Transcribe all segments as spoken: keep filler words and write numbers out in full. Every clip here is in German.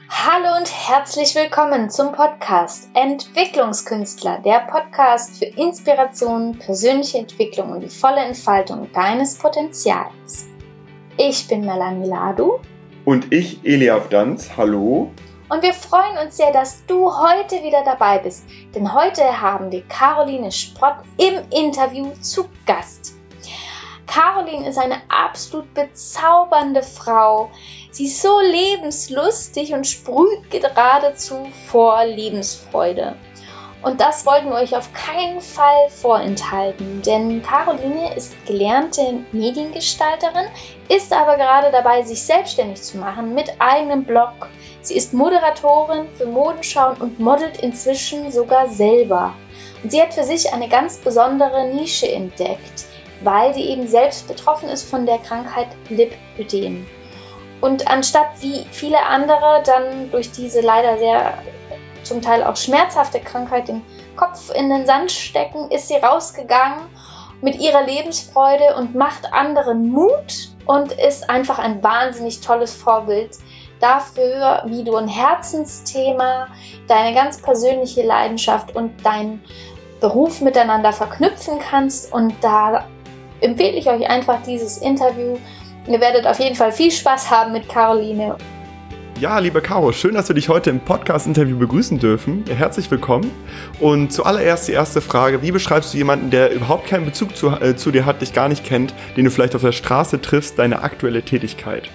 Hallo und herzlich willkommen zum Podcast Entwicklungskünstler, der Podcast für Inspiration, persönliche Entwicklung und die volle Entfaltung deines Potenzials. Ich bin Melanie Ladu. Und ich, Eliav Danz. Hallo. Und wir freuen uns sehr, dass du heute wieder dabei bist, denn heute haben wir Caroline Sprott im Interview zu Gast. Caroline ist eine absolut bezaubernde Frau. Sie ist so lebenslustig und sprüht geradezu vor Lebensfreude. Und das wollten wir euch auf keinen Fall vorenthalten, denn Caroline ist gelernte Mediengestalterin, ist aber gerade dabei, sich selbstständig zu machen mit eigenem Blog. Sie ist Moderatorin für Modenschauen und modelt inzwischen sogar selber. Und sie hat für sich eine ganz besondere Nische entdeckt, weil sie eben selbst betroffen ist von der Krankheit Lipödem. Und anstatt wie viele andere dann durch diese leider sehr zum Teil auch schmerzhafte Krankheit den Kopf in den Sand stecken, ist sie rausgegangen mit ihrer Lebensfreude und macht anderen Mut und ist einfach ein wahnsinnig tolles Vorbild dafür, wie du ein Herzensthema, deine ganz persönliche Leidenschaft und deinen Beruf miteinander verknüpfen kannst. Und da empfehle ich euch einfach dieses Interview. Ihr werdet auf jeden Fall viel Spaß haben mit Caroline. Ja, liebe Caro, schön, dass wir dich heute im Podcast-Interview begrüßen dürfen. Herzlich willkommen. Und zuallererst die erste Frage: Wie beschreibst du jemanden, der überhaupt keinen Bezug zu, äh, zu dir hat, dich gar nicht kennt, den du vielleicht auf der Straße triffst, deine aktuelle Tätigkeit?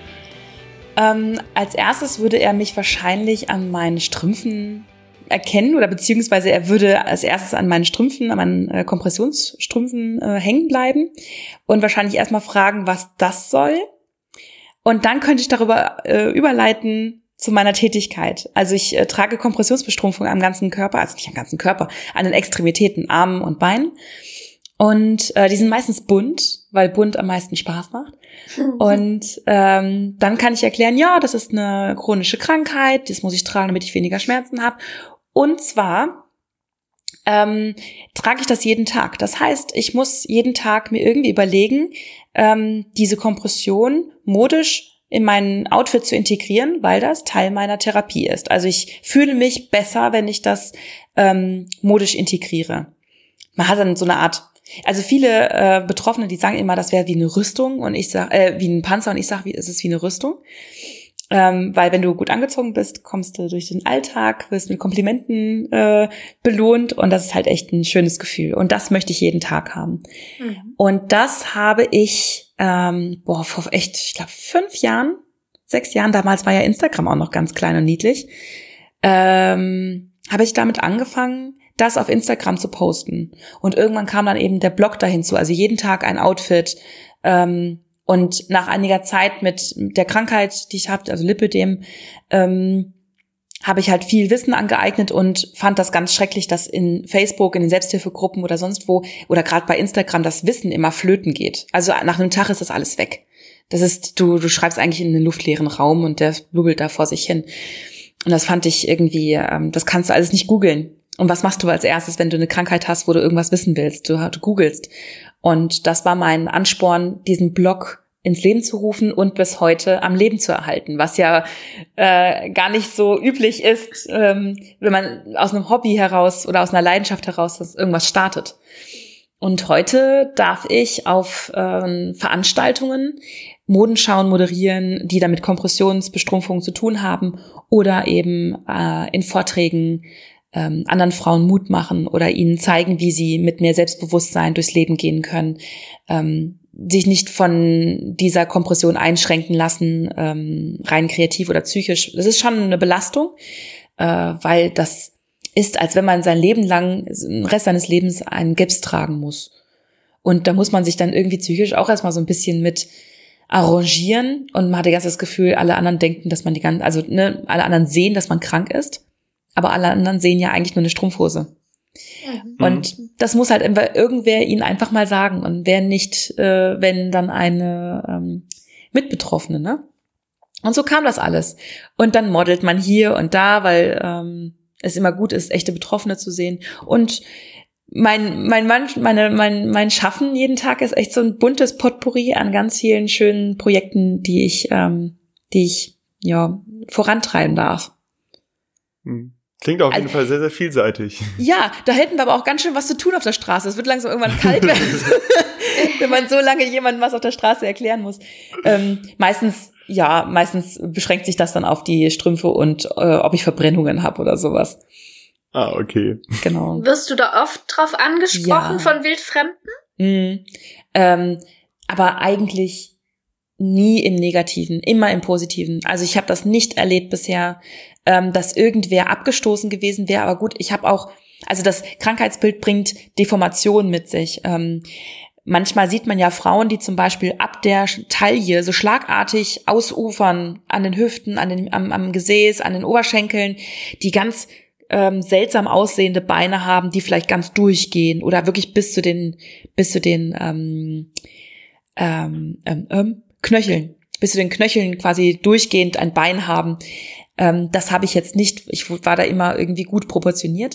Ähm, als erstes würde er mich wahrscheinlich an meinen Strümpfen erkennen oder beziehungsweise er würde als erstes an meinen Strümpfen, an meinen äh, Kompressionsstrümpfen äh, hängen bleiben und wahrscheinlich erstmal fragen, was das soll. Und dann könnte ich darüber äh, überleiten zu meiner Tätigkeit. Also ich äh, trage Kompressionsbestrumpfung am ganzen Körper, also nicht am ganzen Körper, an den Extremitäten, Armen und Beinen. Und äh, die sind meistens bunt, weil bunt am meisten Spaß macht. Und ähm, dann kann ich erklären, ja, das ist eine chronische Krankheit, das muss ich tragen, damit ich weniger Schmerzen habe. Und zwar ähm, trage ich das jeden Tag. Das heißt, ich muss jeden Tag mir irgendwie überlegen, ähm, diese Kompression modisch in mein Outfit zu integrieren, weil das Teil meiner Therapie ist. Also ich fühle mich besser, wenn ich das ähm, modisch integriere. Man hat dann so eine Art, also viele äh, Betroffene, die sagen immer, das wäre wie eine Rüstung und ich sag, äh, wie ein Panzer und ich sage, es ist wie eine Rüstung. Ähm, weil wenn du gut angezogen bist, kommst du durch den Alltag, wirst mit Komplimenten äh, belohnt und das ist halt echt ein schönes Gefühl. Und das möchte ich jeden Tag haben. Mhm. Und das habe ich ähm, boah, vor echt, ich glaube, fünf Jahren, sechs Jahren, damals war ja Instagram auch noch ganz klein und niedlich, ähm, habe ich damit angefangen, das auf Instagram zu posten. Und irgendwann kam dann eben der Blog dahin zu, also jeden Tag ein Outfit. Ähm, und nach einiger Zeit mit der Krankheit, die ich habe, also Lipödem, ähm, habe ich halt viel Wissen angeeignet und fand das ganz schrecklich, dass in Facebook, in den Selbsthilfegruppen oder sonst wo oder gerade bei Instagram das Wissen immer flöten geht. Also nach einem Tag ist das alles weg. Das ist, du, du schreibst eigentlich in einen luftleeren Raum und der bubbelt da vor sich hin. Und das fand ich irgendwie, ähm, das kannst du alles nicht googeln. Und was machst du als erstes, wenn du eine Krankheit hast, wo du irgendwas wissen willst? Du, du googelst. Und das war mein Ansporn, diesen Blog ins Leben zu rufen und bis heute am Leben zu erhalten, was ja äh, gar nicht so üblich ist, ähm, wenn man aus einem Hobby heraus oder aus einer Leidenschaft heraus das irgendwas startet. Und heute darf ich auf ähm, Veranstaltungen Modenschauen moderieren, die dann mit Kompressionsbestrumpfung zu tun haben oder eben äh, in Vorträgen ähm, anderen Frauen Mut machen oder ihnen zeigen, wie sie mit mehr Selbstbewusstsein durchs Leben gehen können, ähm, sich nicht von dieser Kompression einschränken lassen, ähm, rein kreativ oder psychisch. Das ist schon eine Belastung, äh, weil das ist, als wenn man sein Leben lang, den Rest seines Lebens einen Gips tragen muss. Und da muss man sich dann irgendwie psychisch auch erstmal so ein bisschen mit arrangieren und man hat die ganze das Gefühl, alle anderen denken, dass man die ganze, also ne, alle anderen sehen, dass man krank ist, aber alle anderen sehen ja eigentlich nur eine Strumpfhose. Mhm. Und das muss halt irgendwer ihnen einfach mal sagen und wer nicht, äh, wenn dann eine ähm, Mitbetroffene, ne? Und so kam das alles. Und dann modelt man hier und da, weil ähm, es immer gut ist, echte Betroffene zu sehen. Und mein mein Mann, meine mein mein Schaffen jeden Tag ist echt so ein buntes Potpourri an ganz vielen schönen Projekten, die ich ähm, die ich ja, vorantreiben darf. Klingt auf jeden also, Fall sehr, sehr vielseitig. Ja, da hätten wir aber auch ganz schön was zu tun auf der Straße. Es wird langsam irgendwann kalt werden, wenn man so lange jemandem was auf der Straße erklären muss. Ähm, meistens, ja, meistens beschränkt sich das dann auf die Strümpfe und äh, ob ich Verbrennungen habe oder sowas. Ah, okay. Genau. Wirst du da oft drauf angesprochen ja. von Wildfremden? Mhm. Ähm, aber eigentlich nie im Negativen, immer im Positiven. Also ich habe das nicht erlebt bisher, ähm, dass irgendwer abgestoßen gewesen wäre. Aber gut, ich habe auch, also das Krankheitsbild bringt Deformation mit sich. Ähm, manchmal sieht man ja Frauen, die zum Beispiel ab der Taille so schlagartig ausufern an den Hüften, an den, am, am Gesäß, an den Oberschenkeln, die ganz ähm, seltsam aussehende Beine haben, die vielleicht ganz durchgehen oder wirklich bis zu den, bis zu den ähm, ähm, ähm, ähm, Knöcheln, bis zu den Knöcheln quasi durchgehend ein Bein haben. Ähm, das habe ich jetzt nicht, ich war da immer irgendwie gut proportioniert.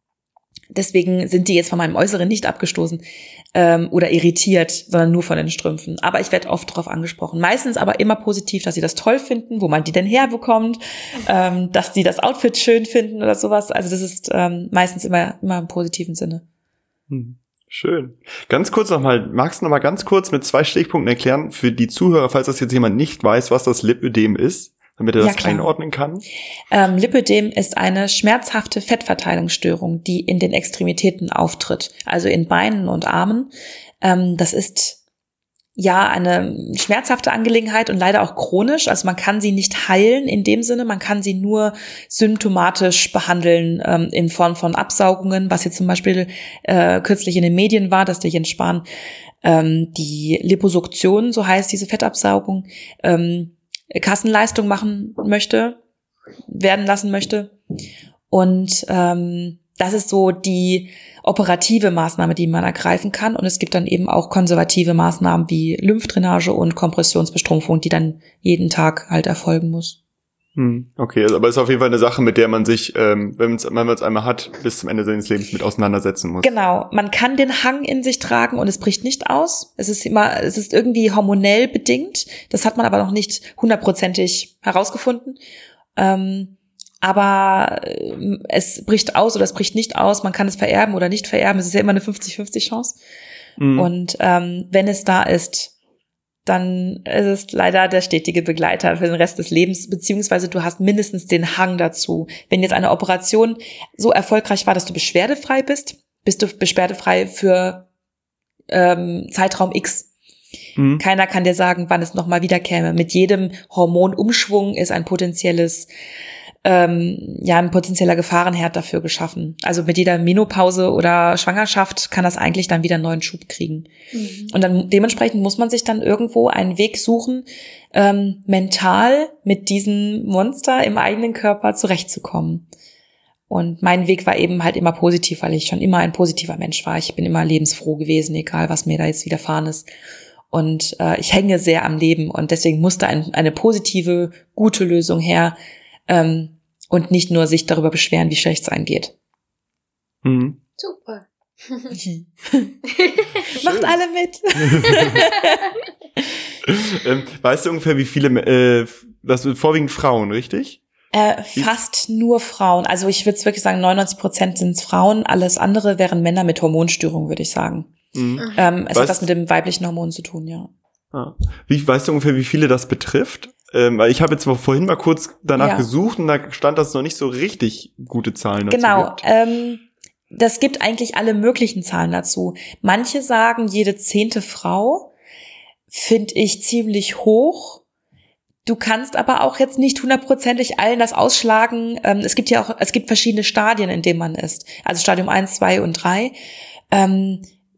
Deswegen sind die jetzt von meinem Äußeren nicht abgestoßen ähm, oder irritiert, sondern nur von den Strümpfen. Aber ich werde oft darauf angesprochen. Meistens aber immer positiv, dass sie das toll finden, wo man die denn herbekommt, ähm, dass die das Outfit schön finden oder sowas. Also das ist ähm, meistens immer immer im positiven Sinne. Hm. Schön. Ganz kurz nochmal, magst du nochmal ganz kurz mit zwei Stichpunkten erklären für die Zuhörer, falls das jetzt jemand nicht weiß, was das Lipödem ist, damit er das ja, einordnen kann? Ähm, Lipödem ist eine schmerzhafte Fettverteilungsstörung, die in den Extremitäten auftritt, also in Beinen und Armen. Ähm, das ist ja eine schmerzhafte Angelegenheit und leider auch chronisch. Also man kann sie nicht heilen in dem Sinne, man kann sie nur symptomatisch behandeln ähm, in Form von Absaugungen, was jetzt zum Beispiel äh, kürzlich in den Medien war, dass der Jens Spahn ähm, die Liposuktion, so heißt diese Fettabsaugung, ähm, Kassenleistung machen möchte, werden lassen möchte. Und ähm, das ist so die operative Maßnahme, die man ergreifen kann. Und es gibt dann eben auch konservative Maßnahmen wie Lymphdrainage und Kompressionsbestrumpfung, die dann jeden Tag halt erfolgen muss. Hm, okay, aber es ist auf jeden Fall eine Sache, mit der man sich, ähm, wenn man es einmal hat, bis zum Ende seines Lebens mit auseinandersetzen muss. Genau, man kann den Hang in sich tragen und es bricht nicht aus. Es ist immer, es ist irgendwie hormonell bedingt. Das hat man aber noch nicht hundertprozentig herausgefunden. Ähm, aber es bricht aus oder es bricht nicht aus. Man kann es vererben oder nicht vererben. Es ist ja immer eine fünfzig fünfzig Chance. Mhm. Und ähm, wenn es da ist, dann ist es leider der stetige Begleiter für den Rest des Lebens, beziehungsweise du hast mindestens den Hang dazu. Wenn jetzt eine Operation so erfolgreich war, dass du beschwerdefrei bist, bist du beschwerdefrei für ähm, Zeitraum X. Mhm. Keiner kann dir sagen, wann es nochmal wiederkäme. Mit jedem Hormonumschwung ist ein potenzielles Ähm, ja, ein potenzieller Gefahrenherd dafür geschaffen. Also mit jeder Menopause oder Schwangerschaft kann das eigentlich dann wieder einen neuen Schub kriegen. Mhm. Und dann dementsprechend muss man sich dann irgendwo einen Weg suchen, ähm, mental mit diesem Monster im eigenen Körper zurechtzukommen. Und mein Weg war eben halt immer positiv, weil ich schon immer ein positiver Mensch war. Ich bin immer lebensfroh gewesen, egal was mir da jetzt widerfahren ist. Und äh, ich hänge sehr am Leben und deswegen musste ein, eine positive, gute Lösung her, ähm, und nicht nur sich darüber beschweren, wie schlecht es einem geht. Mhm. Super. Macht alle mit. ähm, weißt du ungefähr, wie viele, äh, das sind vorwiegend Frauen, richtig? Äh, fast nur Frauen. Also ich würde wirklich sagen, neunundneunzig Prozent sind Frauen, alles andere wären Männer mit Hormonstörungen, würde ich sagen. Mhm. Ähm, es weißt, hat was mit dem weiblichen Hormon zu tun, ja. Ah. Wie, weißt du ungefähr, wie viele das betrifft? Ähm, weil ich habe jetzt mal vorhin mal kurz danach ja. gesucht und da stand, dass es noch nicht so richtig gute Zahlen dazu genau, gibt. Genau, ähm, das gibt eigentlich alle möglichen Zahlen dazu. Manche sagen, jede zehnte Frau, finde ich ziemlich hoch. Du kannst aber auch jetzt nicht hundertprozentig allen das ausschlagen. Ähm, es gibt ja auch, es gibt verschiedene Stadien, in denen man ist. Also Stadium eins, zwei und drei. Ähm,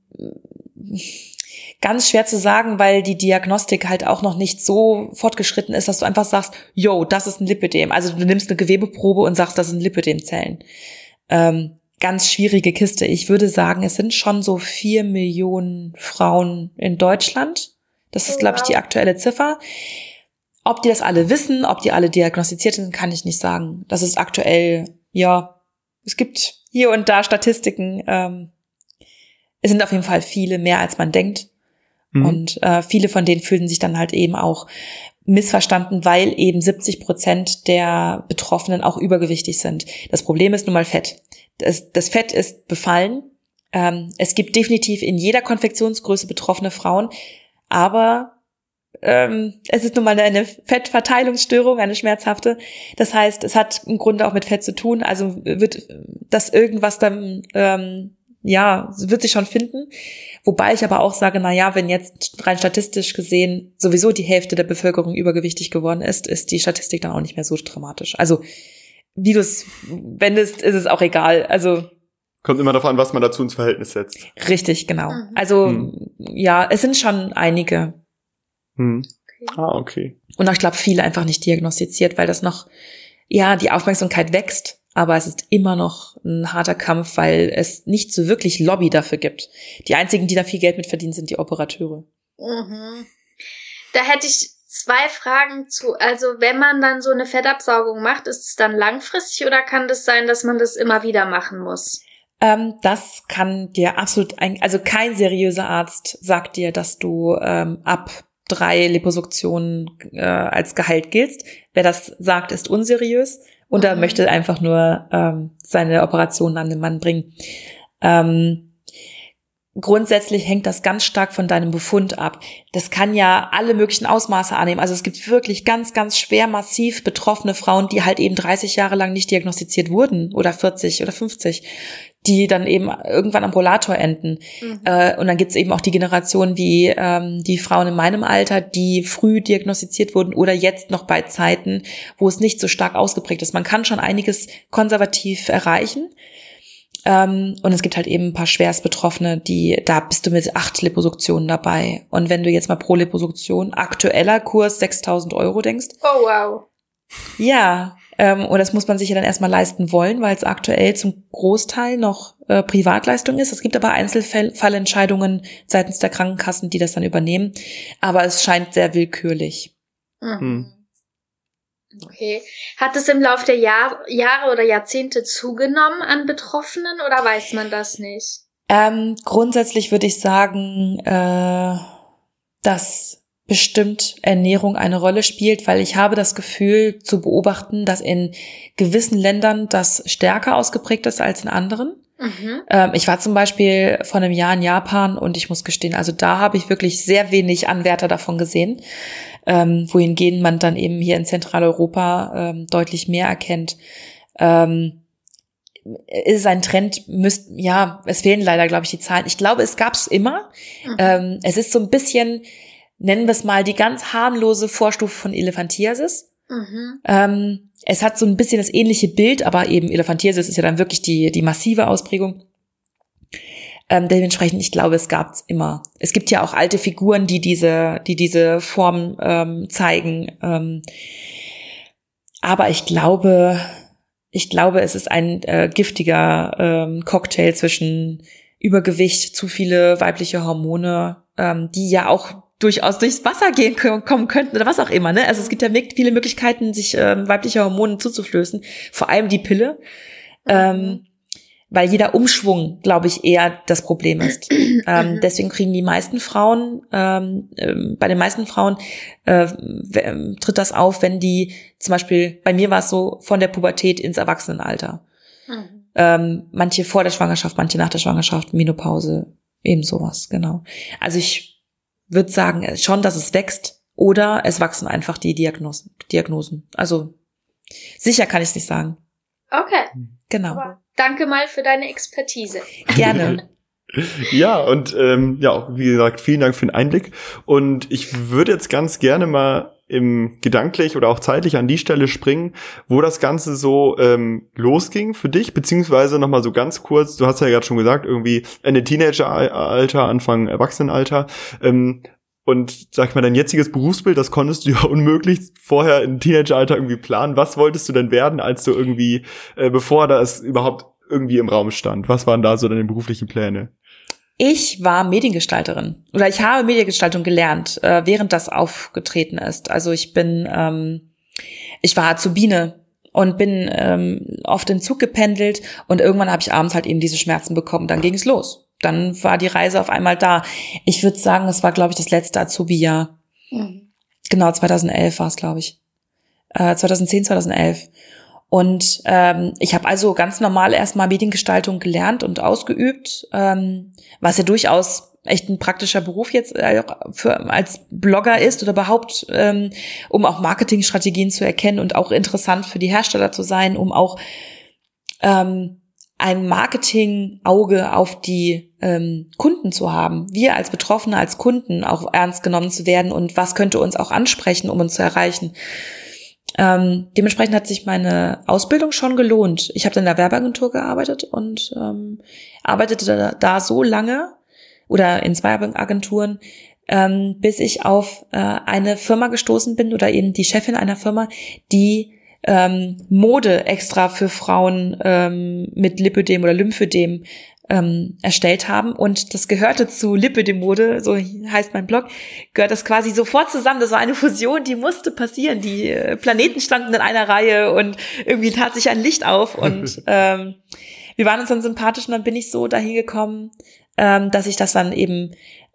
Ganz schwer zu sagen, weil die Diagnostik halt auch noch nicht so fortgeschritten ist, dass du einfach sagst, yo, das ist ein Lipödem. Also du nimmst eine Gewebeprobe und sagst, das sind Lipödemzellen. Ähm, ganz schwierige Kiste. Ich würde sagen, es sind schon so vier Millionen Frauen in Deutschland. Das ist, glaube ich, die aktuelle Ziffer. Ob die das alle wissen, ob die alle diagnostiziert sind, kann ich nicht sagen. Das ist aktuell, ja, es gibt hier und da Statistiken. Ähm, es sind auf jeden Fall viele, mehr als man denkt. Und äh, viele von denen fühlen sich dann halt eben auch missverstanden, weil eben siebzig Prozent der Betroffenen auch übergewichtig sind. Das Problem ist nun mal Fett. Das, das Fett ist befallen. Ähm, es gibt definitiv in jeder Konfektionsgröße betroffene Frauen, aber ähm, es ist nun mal eine Fettverteilungsstörung, eine schmerzhafte. Das heißt, es hat im Grunde auch mit Fett zu tun. Also wird das irgendwas dann, ähm, ja, wird sich schon finden. Wobei ich aber auch sage, na ja, wenn jetzt rein statistisch gesehen sowieso die Hälfte der Bevölkerung übergewichtig geworden ist, ist die Statistik dann auch nicht mehr so dramatisch. Also wie du es wendest, ist es auch egal. Also kommt immer darauf an, was man dazu ins Verhältnis setzt. Richtig, genau. Also hm. ja, es sind schon einige. Hm. Ah, okay. Und ich glaube, viele einfach nicht diagnostiziert, weil das noch, ja, die Aufmerksamkeit wächst, aber es ist immer noch ein harter Kampf, weil es nicht so wirklich Lobby dafür gibt. Die einzigen, die da viel Geld mit verdienen, sind die Operateure. Mhm. Da hätte ich zwei Fragen zu. Also wenn man dann so eine Fettabsaugung macht, ist es dann langfristig oder kann das sein, dass man das immer wieder machen muss? Ähm, das kann dir absolut, ein, also kein seriöser Arzt sagt dir, dass du ähm, ab drei Liposuktionen äh, als geheilt giltst. Wer das sagt, ist unseriös und er mhm. möchte einfach nur ähm, seine Operationen an den Mann bringen. Ähm, grundsätzlich hängt das ganz stark von deinem Befund ab. Das kann ja alle möglichen Ausmaße annehmen. Also es gibt wirklich ganz, ganz schwer massiv betroffene Frauen, die halt eben dreißig Jahre lang nicht diagnostiziert wurden oder vierzig oder fünfzig, die dann eben irgendwann am Rollator enden. Mhm. Äh, und dann gibt's eben auch die Generation wie ähm, die Frauen in meinem Alter, die früh diagnostiziert wurden oder jetzt noch bei Zeiten, wo es nicht so stark ausgeprägt ist. Man kann schon einiges konservativ erreichen. Ähm, und es gibt halt eben ein paar schwerst Betroffene, die, da bist du mit acht Liposuktionen dabei. Und wenn du jetzt mal pro Liposuktion, aktueller Kurs sechstausend Euro denkst. Oh, wow. Ja, ähm, und das muss man sich ja dann erstmal leisten wollen, weil es aktuell zum Großteil noch äh, Privatleistung ist. Es gibt aber Einzelfallentscheidungen seitens der Krankenkassen, die das dann übernehmen. Aber es scheint sehr willkürlich. Mhm. Okay. Hat es im Laufe der Jahr, Jahre oder Jahrzehnte zugenommen an Betroffenen oder weiß man das nicht? Ähm, grundsätzlich würde ich sagen, äh, dass bestimmt Ernährung eine Rolle spielt, weil ich habe das Gefühl zu beobachten, dass in gewissen Ländern das stärker ausgeprägt ist als in anderen. Mhm. Ähm, ich war zum Beispiel vor einem Jahr in Japan und ich muss gestehen, also da habe ich wirklich sehr wenig Anwärter davon gesehen, ähm, wohingegen man dann eben hier in Zentraleuropa ähm, deutlich mehr erkennt. Ähm, ist es ein Trend, müsst, ja, es fehlen leider, glaube ich, die Zahlen. Ich glaube, es gab es immer. Mhm. Ähm, es ist so ein bisschen, nennen wir es mal, die ganz harmlose Vorstufe von Elephantiasis. Mhm. Ähm, es hat so ein bisschen das ähnliche Bild, aber eben Elephantiasis ist ja dann wirklich die die massive Ausprägung. Ähm, dementsprechend, ich glaube, es gab's immer. Es gibt ja auch alte Figuren, die diese die diese Form ähm, zeigen. Ähm, aber ich glaube, ich glaube, es ist ein äh, giftiger ähm, Cocktail zwischen Übergewicht, zu viele weibliche Hormone, ähm, die ja auch durchaus durchs Wasser gehen können, kommen könnten oder was auch immer, ne? Also es gibt ja viele Möglichkeiten, sich ähm, weibliche Hormone zuzuflößen, vor allem die Pille, mhm. ähm, weil jeder Umschwung, glaube ich, eher das Problem ist. ähm, deswegen kriegen die meisten Frauen, ähm, ähm, bei den meisten Frauen äh, w- tritt das auf, wenn die zum Beispiel, bei mir war es so, von der Pubertät ins Erwachsenenalter. Mhm. Ähm, manche vor der Schwangerschaft, manche nach der Schwangerschaft, Menopause, eben sowas, genau. Also ich würde sagen schon, dass es wächst oder es wachsen einfach die Diagnosen. Diagnosen. Also sicher kann ich es nicht sagen. Okay. Genau. Aber danke mal für deine Expertise. Gerne. Ja, und ähm, ja, wie gesagt, vielen Dank für den Einblick. Und ich würde jetzt ganz gerne mal im gedanklich oder auch zeitlich an die Stelle springen, wo das Ganze so ähm, losging für dich, beziehungsweise nochmal so ganz kurz, du hast ja gerade schon gesagt, irgendwie Ende Teenageralter, Anfang Erwachsenenalter, ähm, und sag ich mal, dein jetziges Berufsbild, das konntest du ja unmöglich vorher im Teenageralter irgendwie planen. Was wolltest du denn werden, als du irgendwie, äh, bevor das überhaupt irgendwie im Raum stand? Was waren da so deine beruflichen Pläne? Ich war Mediengestalterin oder ich habe Mediengestaltung gelernt, äh, während das aufgetreten ist. Also ich bin, ähm, ich war Azubine und bin ähm, oft in Zug gependelt und irgendwann habe ich abends halt eben diese Schmerzen bekommen. Dann ging es los. Dann war die Reise auf einmal da. Ich würde sagen, es war, glaube ich, das letzte Azubi-Jahr. Mhm. Genau, zweitausendelf war es, glaube ich. Äh, zweitausendzehn, zweitausendelf. Und ähm, ich habe also ganz normal erstmal Mediengestaltung gelernt und ausgeübt, ähm, was ja durchaus echt ein praktischer Beruf jetzt äh, für als Blogger ist oder überhaupt, ähm, um auch Marketingstrategien zu erkennen und auch interessant für die Hersteller zu sein, um auch ähm, ein Marketing-Auge auf die ähm, Kunden zu haben. Wir als Betroffene, als Kunden auch ernst genommen zu werden und was könnte uns auch ansprechen, um uns zu erreichen. Ähm, dementsprechend hat sich meine Ausbildung schon gelohnt. Ich habe dann in der Werbeagentur gearbeitet und ähm, arbeitete da, da so lange oder in zwei Agenturen, ähm, bis ich auf äh, eine Firma gestoßen bin oder eben die Chefin einer Firma, die ähm, Mode extra für Frauen ähm, mit Lipödem oder Lymphödem ähm, erstellt haben. Und das gehörte zu Lipödem-Mode, so heißt mein Blog, gehört das quasi sofort zusammen. Das war eine Fusion, die musste passieren. Die äh, Planeten standen in einer Reihe und irgendwie tat sich ein Licht auf. Und ähm, wir waren uns dann sympathisch und dann bin ich so dahin gekommen, ähm, dass ich das dann eben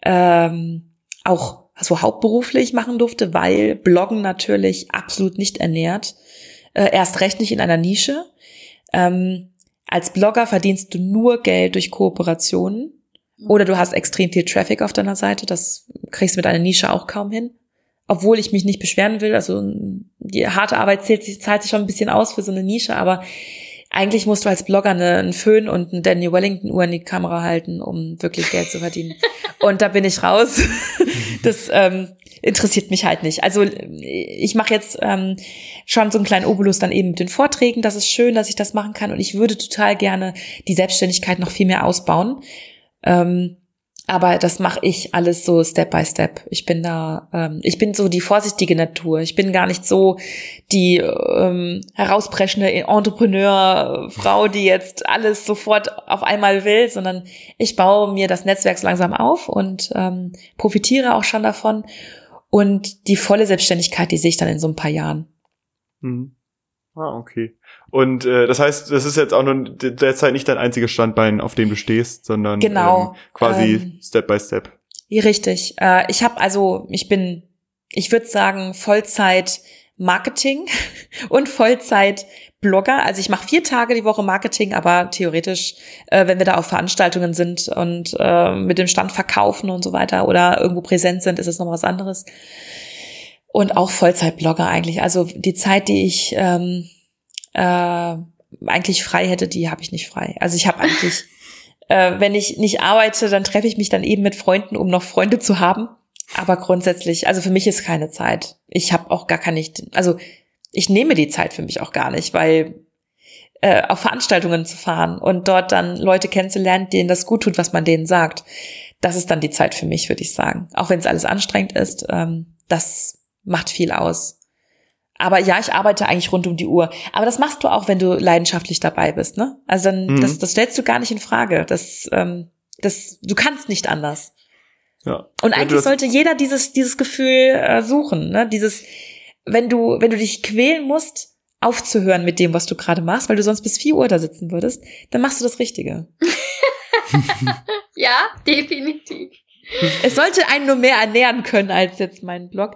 ähm, auch so hauptberuflich machen durfte, weil Bloggen natürlich absolut nicht ernährt. Äh, erst recht nicht in einer Nische. Ähm, als Blogger verdienst du nur Geld durch Kooperationen oder du hast extrem viel Traffic auf deiner Seite. Das kriegst du mit einer Nische auch kaum hin. Obwohl ich mich nicht beschweren will. Also die harte Arbeit zählt sich, zahlt sich schon ein bisschen aus für so eine Nische, aber eigentlich musst du als Blogger eine, einen Föhn und eine Daniel Wellington-Uhr in die Kamera halten, um wirklich Geld zu verdienen. Und da bin ich raus. Das ähm, interessiert mich halt nicht. Also ich mache jetzt ähm, schon so einen kleinen Obolus dann eben mit den Vorträgen. Das ist schön, dass ich das machen kann. Und ich würde total gerne die Selbstständigkeit noch viel mehr ausbauen. Ähm, aber das mache ich alles so Step by Step. Ich bin da, ähm, ich bin so die vorsichtige Natur. Ich bin gar nicht so die ähm, herausbrechende Entrepreneur-Frau, die jetzt alles sofort auf einmal will, sondern ich baue mir das Netzwerk so langsam auf und ähm, profitiere auch schon davon. Und die volle Selbstständigkeit, die sehe ich dann in so ein paar Jahren. Mhm. Ah, okay. Und äh, das heißt, das ist jetzt auch nur derzeit nicht dein einziges Standbein, auf dem du stehst, sondern genau, ähm, quasi ähm, Step by Step. Richtig. Äh, ich habe also, ich bin, ich würde sagen, Vollzeit Marketing und Vollzeit Blogger. Also ich mache vier Tage die Woche Marketing, aber theoretisch, äh, wenn wir da auf Veranstaltungen sind und äh, mit dem Stand verkaufen und so weiter oder irgendwo präsent sind, ist es noch was anderes. Und auch Vollzeit-Blogger eigentlich. Also die Zeit, die ich ähm, äh, eigentlich frei hätte, die habe ich nicht frei. Also ich habe eigentlich, äh, wenn ich nicht arbeite, dann treffe ich mich dann eben mit Freunden, um noch Freunde zu haben. Aber grundsätzlich, also für mich ist keine Zeit. Ich habe auch gar keine, also ich nehme die Zeit für mich auch gar nicht, weil äh, auf Veranstaltungen zu fahren und dort dann Leute kennenzulernen, denen das gut tut, was man denen sagt, das ist dann die Zeit für mich, würde ich sagen. Auch wenn es alles anstrengend ist, ähm, das macht viel aus. Aber ja, ich arbeite eigentlich rund um die Uhr. Aber das machst du auch, wenn du leidenschaftlich dabei bist, ne? Also dann, mhm. das, das stellst du gar nicht in Frage. Das, ähm, das, du kannst nicht anders. Ja. Und eigentlich sollte jeder dieses, dieses Gefühl äh, suchen, ne? Dieses, wenn du, wenn du dich quälen musst, aufzuhören mit dem, was du gerade machst, weil du sonst bis vier Uhr da sitzen würdest, dann machst du das Richtige. Ja, definitiv. Es sollte einen nur mehr ernähren können als jetzt mein Blog.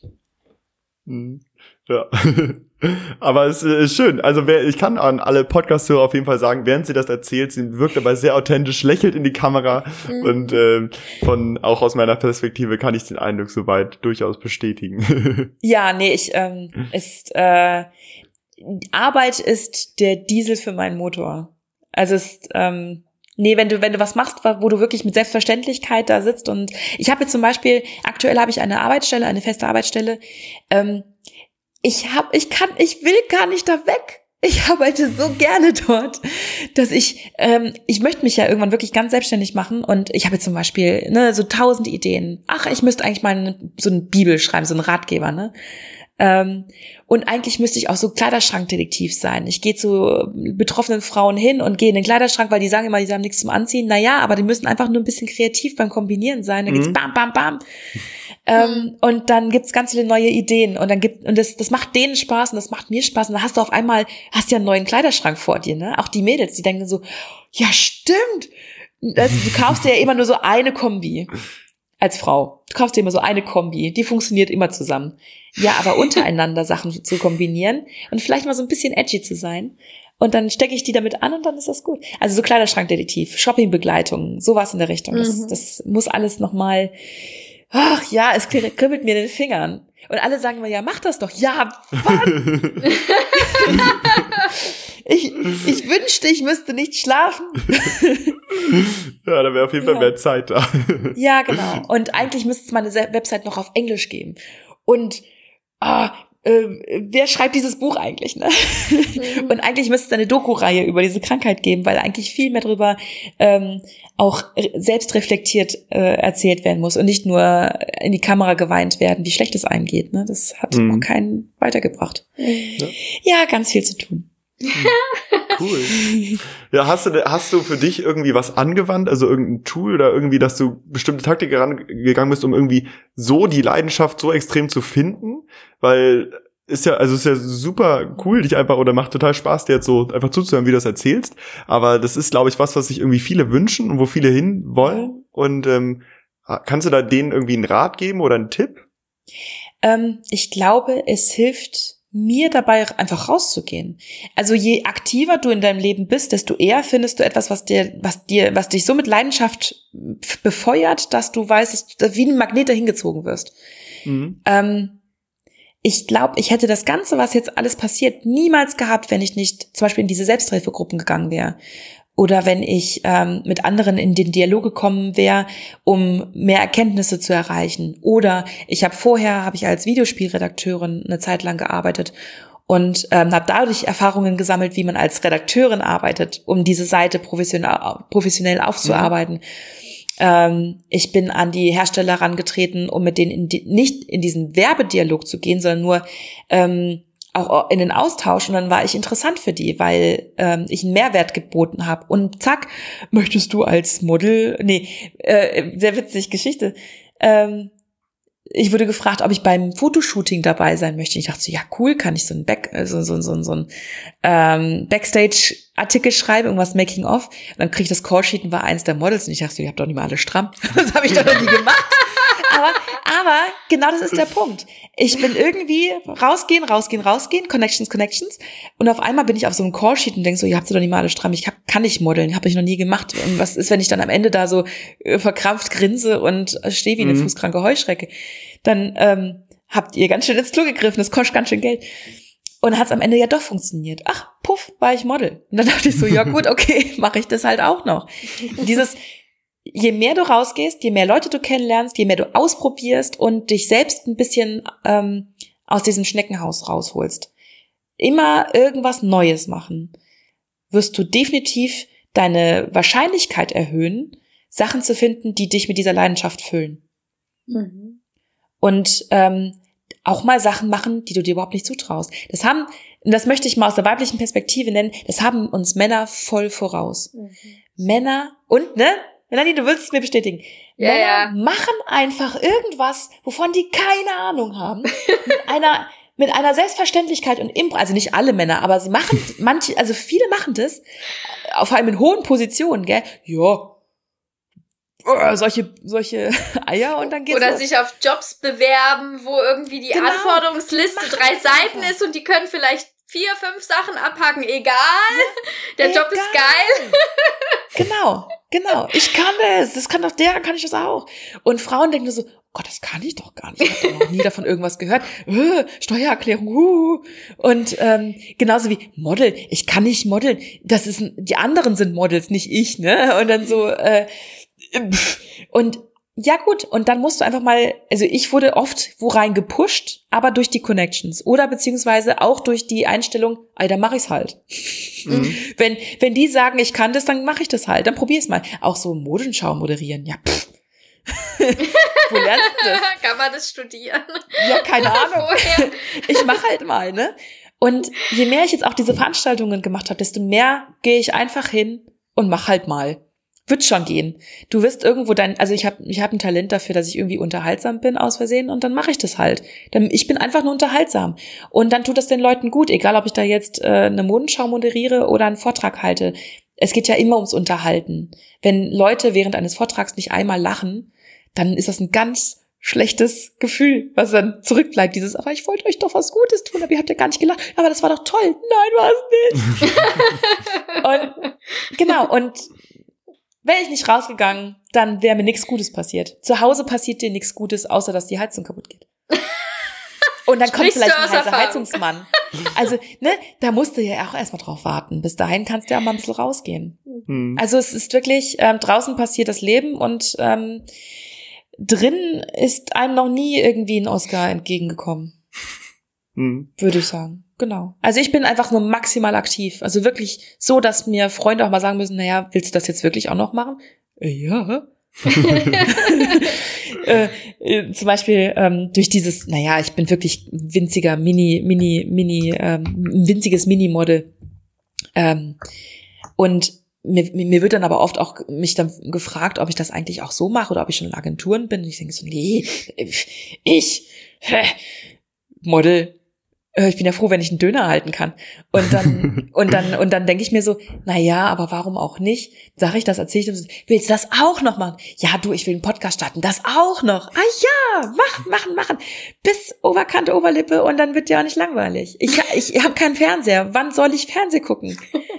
Ja, aber es ist schön. Also wer, ich kann an alle Podcast-Hörer auf jeden Fall sagen, während sie das erzählt, sie wirkt dabei sehr authentisch, lächelt in die Kamera mhm. und äh, von auch aus meiner Perspektive kann ich den Eindruck soweit durchaus bestätigen. Ja, nee, ich ähm, ist äh, Arbeit ist der Diesel für meinen Motor. Also es ist ähm, Nee, wenn du wenn du was machst, wo du wirklich mit Selbstverständlichkeit da sitzt und ich habe jetzt zum Beispiel, aktuell habe ich eine Arbeitsstelle, eine feste Arbeitsstelle, ähm, ich hab, ich kann, ich will gar nicht da weg. Ich arbeite so gerne dort, dass ich, ähm, ich möchte mich ja irgendwann wirklich ganz selbstständig machen und ich habe jetzt zum Beispiel ne, so tausend Ideen. Ach, ich müsste eigentlich mal eine, so eine Bibel schreiben, so einen Ratgeber, ne? Ähm, und eigentlich müsste ich auch so Kleiderschrankdetektiv sein. Ich gehe zu betroffenen Frauen hin und gehe in den Kleiderschrank, weil die sagen immer, die haben nichts zum Anziehen. Naja, aber die müssen einfach nur ein bisschen kreativ beim Kombinieren sein. Dann geht's mhm. bam, bam, bam. Ähm, und dann gibt's ganz viele neue Ideen. Und dann gibt, und das, das macht denen Spaß und das macht mir Spaß. Und dann hast du auf einmal, hast ja einen neuen Kleiderschrank vor dir, ne? Auch die Mädels, die denken so, ja, stimmt. Das, du kaufst dir ja immer nur so eine Kombi. als Frau. Du kaufst dir immer so eine Kombi, die funktioniert immer zusammen. Ja, aber untereinander Sachen zu kombinieren und vielleicht mal so ein bisschen edgy zu sein. Und dann stecke ich die damit an und dann ist das gut. Also so Kleiderschrankdetektiv, Shoppingbegleitung, sowas in der Richtung. Das, mhm. das muss alles nochmal, ach ja, es kribbelt mir in den Fingern. Und alle sagen immer, ja, mach das doch. Ja, wann? ich, ich wünschte, ich müsste nicht schlafen. Ja, da wäre auf jeden Fall ja. mehr Zeit da. Ja, genau. Und eigentlich müsste es meine Website noch auf Englisch geben. Und ah, äh, wer schreibt dieses Buch eigentlich, ne? Mhm. Und eigentlich müsste es eine Doku-Reihe über diese Krankheit geben, weil eigentlich viel mehr darüber ähm, auch selbst reflektiert äh, erzählt werden muss und nicht nur in die Kamera geweint werden, wie schlecht es einem geht, ne? Das hat mhm. auch keinen weitergebracht. Ja. Ja, ganz viel zu tun. Cool. Ja, hast du, hast du für dich irgendwie was angewandt, also irgendein Tool oder irgendwie, dass du bestimmte Taktiken rangegangen bist, um irgendwie so die Leidenschaft so extrem zu finden? Weil ist ja, also ist ja super cool, dich einfach, oder macht total Spaß, dir jetzt so einfach zuzuhören, wie du das erzählst. Aber das ist, glaube ich, was, was sich irgendwie viele wünschen und wo viele hin wollen. Und ähm, kannst du da denen irgendwie einen Rat geben oder einen Tipp? Ähm, ich glaube, es hilft mir dabei einfach rauszugehen. Also je aktiver du in deinem Leben bist, desto eher findest du etwas, was dir, was dir, was dich so mit Leidenschaft befeuert, dass du weißt, dass du wie ein Magnet dahin gezogen wirst. Mhm. Ähm, ich glaube, ich hätte das Ganze, was jetzt alles passiert, niemals gehabt, wenn ich nicht zum Beispiel in diese Selbsthilfegruppen gegangen wäre. Oder wenn ich ähm, mit anderen in den Dialog gekommen wäre, um mehr Erkenntnisse zu erreichen. Oder ich habe vorher, habe ich als Videospielredakteurin eine Zeit lang gearbeitet und ähm, habe dadurch Erfahrungen gesammelt, wie man als Redakteurin arbeitet, um diese Seite professionell, professionell aufzuarbeiten. Mhm. Ähm, ich bin an die Hersteller herangetreten, um mit denen in die, nicht in diesen Werbedialog zu gehen, sondern nur ähm, auch in den Austausch, und dann war ich interessant für die, weil ähm, ich einen Mehrwert geboten habe. Und zack, möchtest du als Model, nee, äh, sehr witzig Geschichte, ähm, ich wurde gefragt, ob ich beim Fotoshooting dabei sein möchte. Ich dachte so, ja cool, kann ich so ein Back, so so so so ein ähm, Backstage-Artikel schreiben, irgendwas Making of. Und dann krieg ich das Callsheet und war eins der Models und ich dachte so, ihr habt doch nicht mal alle stramm. Das habe ich doch noch nie gemacht. Aber, aber genau das ist der Punkt. Ich bin irgendwie rausgehen, rausgehen, rausgehen, Connections, Connections. Und auf einmal bin ich auf so einem Callsheet und denk so, ihr habt sie doch nicht mal alle stramm. Ich hab, kann nicht modeln, habe ich noch nie gemacht. Und was ist, wenn ich dann am Ende da so äh, verkrampft grinse und stehe wie eine mhm. fußkranke Heuschrecke? Dann ähm, habt ihr ganz schön ins Klo gegriffen, das kostet ganz schön Geld. Und hat es am Ende ja doch funktioniert. Ach, puff, war ich Model. Und dann dachte ich so, ja gut, okay, mache ich das halt auch noch. Dieses, je mehr du rausgehst, je mehr Leute du kennenlernst, je mehr du ausprobierst und dich selbst ein bisschen ähm, aus diesem Schneckenhaus rausholst, immer irgendwas Neues machen, wirst du definitiv deine Wahrscheinlichkeit erhöhen, Sachen zu finden, die dich mit dieser Leidenschaft füllen. Mhm. Und ähm, auch mal Sachen machen, die du dir überhaupt nicht zutraust. Das haben, und das möchte ich mal aus der weiblichen Perspektive nennen, das haben uns Männer voll voraus. Mhm. Männer, und, ne, Melanie, du willst es mir bestätigen, ja, Männer ja. machen einfach irgendwas, wovon die keine Ahnung haben, mit einer mit einer Selbstverständlichkeit und Impro, also nicht alle Männer, aber sie machen, manche, also viele machen das, vor allem in hohen Positionen, gell, ja, Oh, solche solche Eier und dann geht's Oder los. Sich auf Jobs bewerben, wo irgendwie die genau. Anforderungsliste drei Seiten einfach. Ist und die können vielleicht vier, fünf Sachen abhaken. Egal, der Egal. Job ist geil. Genau, genau. Ich kann das. Das kann doch der, kann ich das auch. Und Frauen denken nur so, oh Gott, das kann ich doch gar nicht. Ich habe doch noch nie davon irgendwas gehört. Äh, Steuererklärung. Uh. Und ähm, genauso wie Model. Ich kann nicht modeln. Das ist die anderen sind Models, nicht ich, ne? Und dann so äh, und ja gut, und dann musst du einfach mal, also ich wurde oft wo rein gepusht, aber durch die Connections oder beziehungsweise auch durch die Einstellung, ey, dann mach ich's halt. Mhm. Wenn wenn die sagen, ich kann das, dann mache ich das halt, dann probier's mal. Auch so Modenschau moderieren, ja pff. Wo lernst du das? Kann man das studieren? Ja, keine Ahnung. Ich mach halt mal, ne? Und je mehr ich jetzt auch diese Veranstaltungen gemacht habe, desto mehr gehe ich einfach hin und mach halt mal. Wird schon gehen. Du wirst irgendwo dein, also ich habe ich hab ein Talent dafür, dass ich irgendwie unterhaltsam bin aus Versehen und dann mache ich das halt. Dann, ich bin einfach nur unterhaltsam. Und dann tut das den Leuten gut, egal ob ich da jetzt äh, eine Modenschau moderiere oder einen Vortrag halte. Es geht ja immer ums Unterhalten. Wenn Leute während eines Vortrags nicht einmal lachen, dann ist das ein ganz schlechtes Gefühl, was dann zurückbleibt. Dieses, aber ich wollte euch doch was Gutes tun, aber ihr habt ja gar nicht gelacht. Aber das war doch toll. Nein, war es nicht. Und genau, und wäre ich nicht rausgegangen, dann wäre mir nichts Gutes passiert. Zu Hause passiert dir nichts Gutes, außer dass die Heizung kaputt geht. Und dann kommt vielleicht ein heißer Heizungsmann. Also, ne, da musst du ja auch erstmal drauf warten. Bis dahin kannst du ja mal ein bisschen rausgehen. Hm. Also es ist wirklich, ähm, draußen passiert das Leben und ähm, drin ist einem noch nie irgendwie ein Oscar entgegengekommen. Hm. Würde ich sagen. Genau. Also ich bin einfach nur maximal aktiv. Also wirklich so, dass mir Freunde auch mal sagen müssen, naja, willst du das jetzt wirklich auch noch machen? Äh, ja. äh, äh, zum Beispiel ähm, durch dieses, naja, ich bin wirklich winziger Mini, Mini, Mini, ähm, ein winziges Mini-Model. Ähm, und mir, mir wird dann aber oft auch mich dann gefragt, ob ich das eigentlich auch so mache oder ob ich schon in Agenturen bin. Und ich denke so, nee, ich, hä, Model, ich bin ja froh, wenn ich einen Döner halten kann. Und dann, und dann, und dann denke ich mir so, na ja, aber warum auch nicht? Sag ich das, erzähle ich dem so, willst du das auch noch machen? Ja, du, ich will einen Podcast starten, das auch noch. Ah ja, machen, machen, machen. Bis Oberkante, Oberlippe und dann wird dir auch nicht langweilig. Ich, ich habe keinen Fernseher. Wann soll ich Fernseh gucken?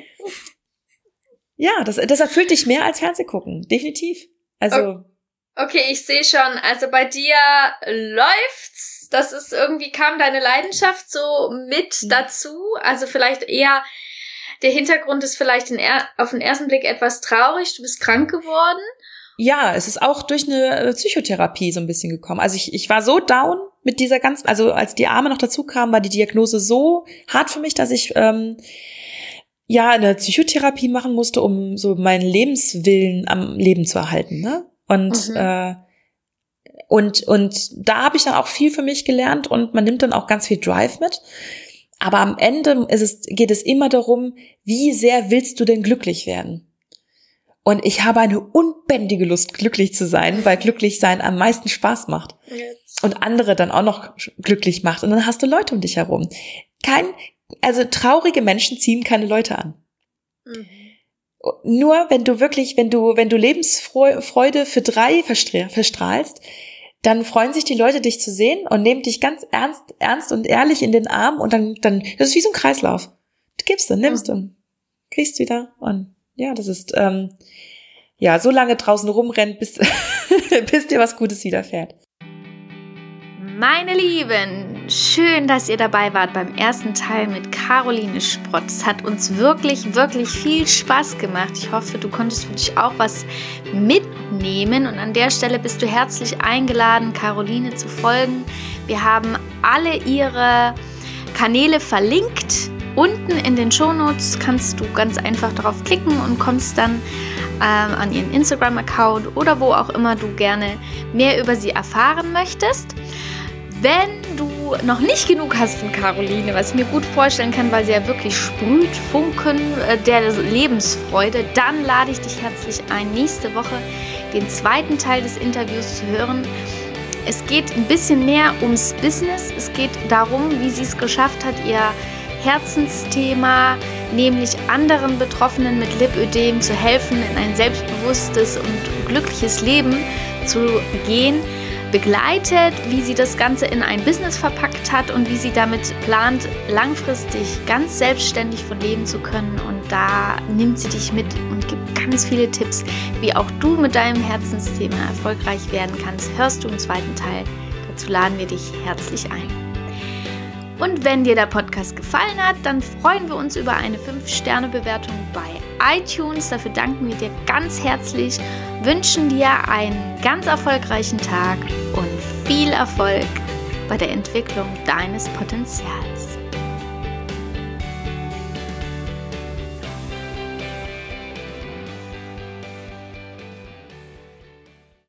Ja, das, das erfüllt dich mehr als Fernseh gucken. Definitiv. Also. Okay, ich sehe schon, also bei dir läuft's. Das ist irgendwie, kam deine Leidenschaft so mit dazu? Also vielleicht eher, der Hintergrund ist vielleicht in er, auf den ersten Blick etwas traurig. Du bist krank geworden. Ja, es ist auch durch eine Psychotherapie so ein bisschen gekommen. Also ich, ich war so down mit dieser ganzen, also als die Arme noch dazu kamen, war die Diagnose so hart für mich, dass ich ähm, ja eine Psychotherapie machen musste, um so meinen Lebenswillen am Leben zu erhalten, ne? Und mhm. äh, Und, und da habe ich dann auch viel für mich gelernt und man nimmt dann auch ganz viel Drive mit. Aber am Ende ist es, geht es immer darum, wie sehr willst du denn glücklich werden? Und ich habe eine unbändige Lust, glücklich zu sein, weil glücklich sein am meisten Spaß macht. Jetzt. Und andere dann auch noch glücklich macht. Und dann hast du Leute um dich herum. Kein, also traurige Menschen ziehen keine Leute an. Mhm. Nur wenn du wirklich, wenn du, wenn du Lebensfreude für drei verstrahlst, dann freuen sich die Leute, dich zu sehen und nehmen dich ganz ernst, ernst und ehrlich in den Arm und dann, dann, das ist wie so ein Kreislauf. Du gibst und nimmst ja. und kriegst wieder und ja, das ist, ähm, ja, so lange draußen rumrennt, bis, bis dir was Gutes widerfährt. Meine Lieben, schön, dass ihr dabei wart beim ersten Teil mit Caroline Sprott. Es hat uns wirklich, wirklich viel Spaß gemacht. Ich hoffe, du konntest für dich auch was mitnehmen. Und an der Stelle bist du herzlich eingeladen, Caroline zu folgen. Wir haben alle ihre Kanäle verlinkt. Unten in den Shownotes kannst du ganz einfach darauf klicken und kommst dann ähm, an ihren Instagram-Account oder wo auch immer du gerne mehr über sie erfahren möchtest. Wenn du noch nicht genug hast von Caroline, was ich mir gut vorstellen kann, weil sie ja wirklich sprüht, Funken äh, der Lebensfreude, dann lade ich dich herzlich ein, nächste Woche den zweiten Teil des Interviews zu hören. Es geht ein bisschen mehr ums Business. Es geht darum, wie sie es geschafft hat, ihr Herzensthema, nämlich anderen Betroffenen mit Lipödem zu helfen, in ein selbstbewusstes und glückliches Leben zu gehen, begleitet, wie sie das Ganze in ein Business verpackt hat und wie sie damit plant, langfristig ganz selbstständig von leben zu können. Und da nimmt sie dich mit und gibt ganz viele Tipps, wie auch du mit deinem Herzensthema erfolgreich werden kannst. Hörst du im zweiten Teil. Dazu laden wir dich herzlich ein. Und wenn dir der Podcast gefallen hat, dann freuen wir uns über eine fünf Sterne Bewertung bei iTunes. Dafür danken wir dir ganz herzlich, wünschen dir einen ganz erfolgreichen Tag und viel Erfolg bei der Entwicklung deines Potenzials.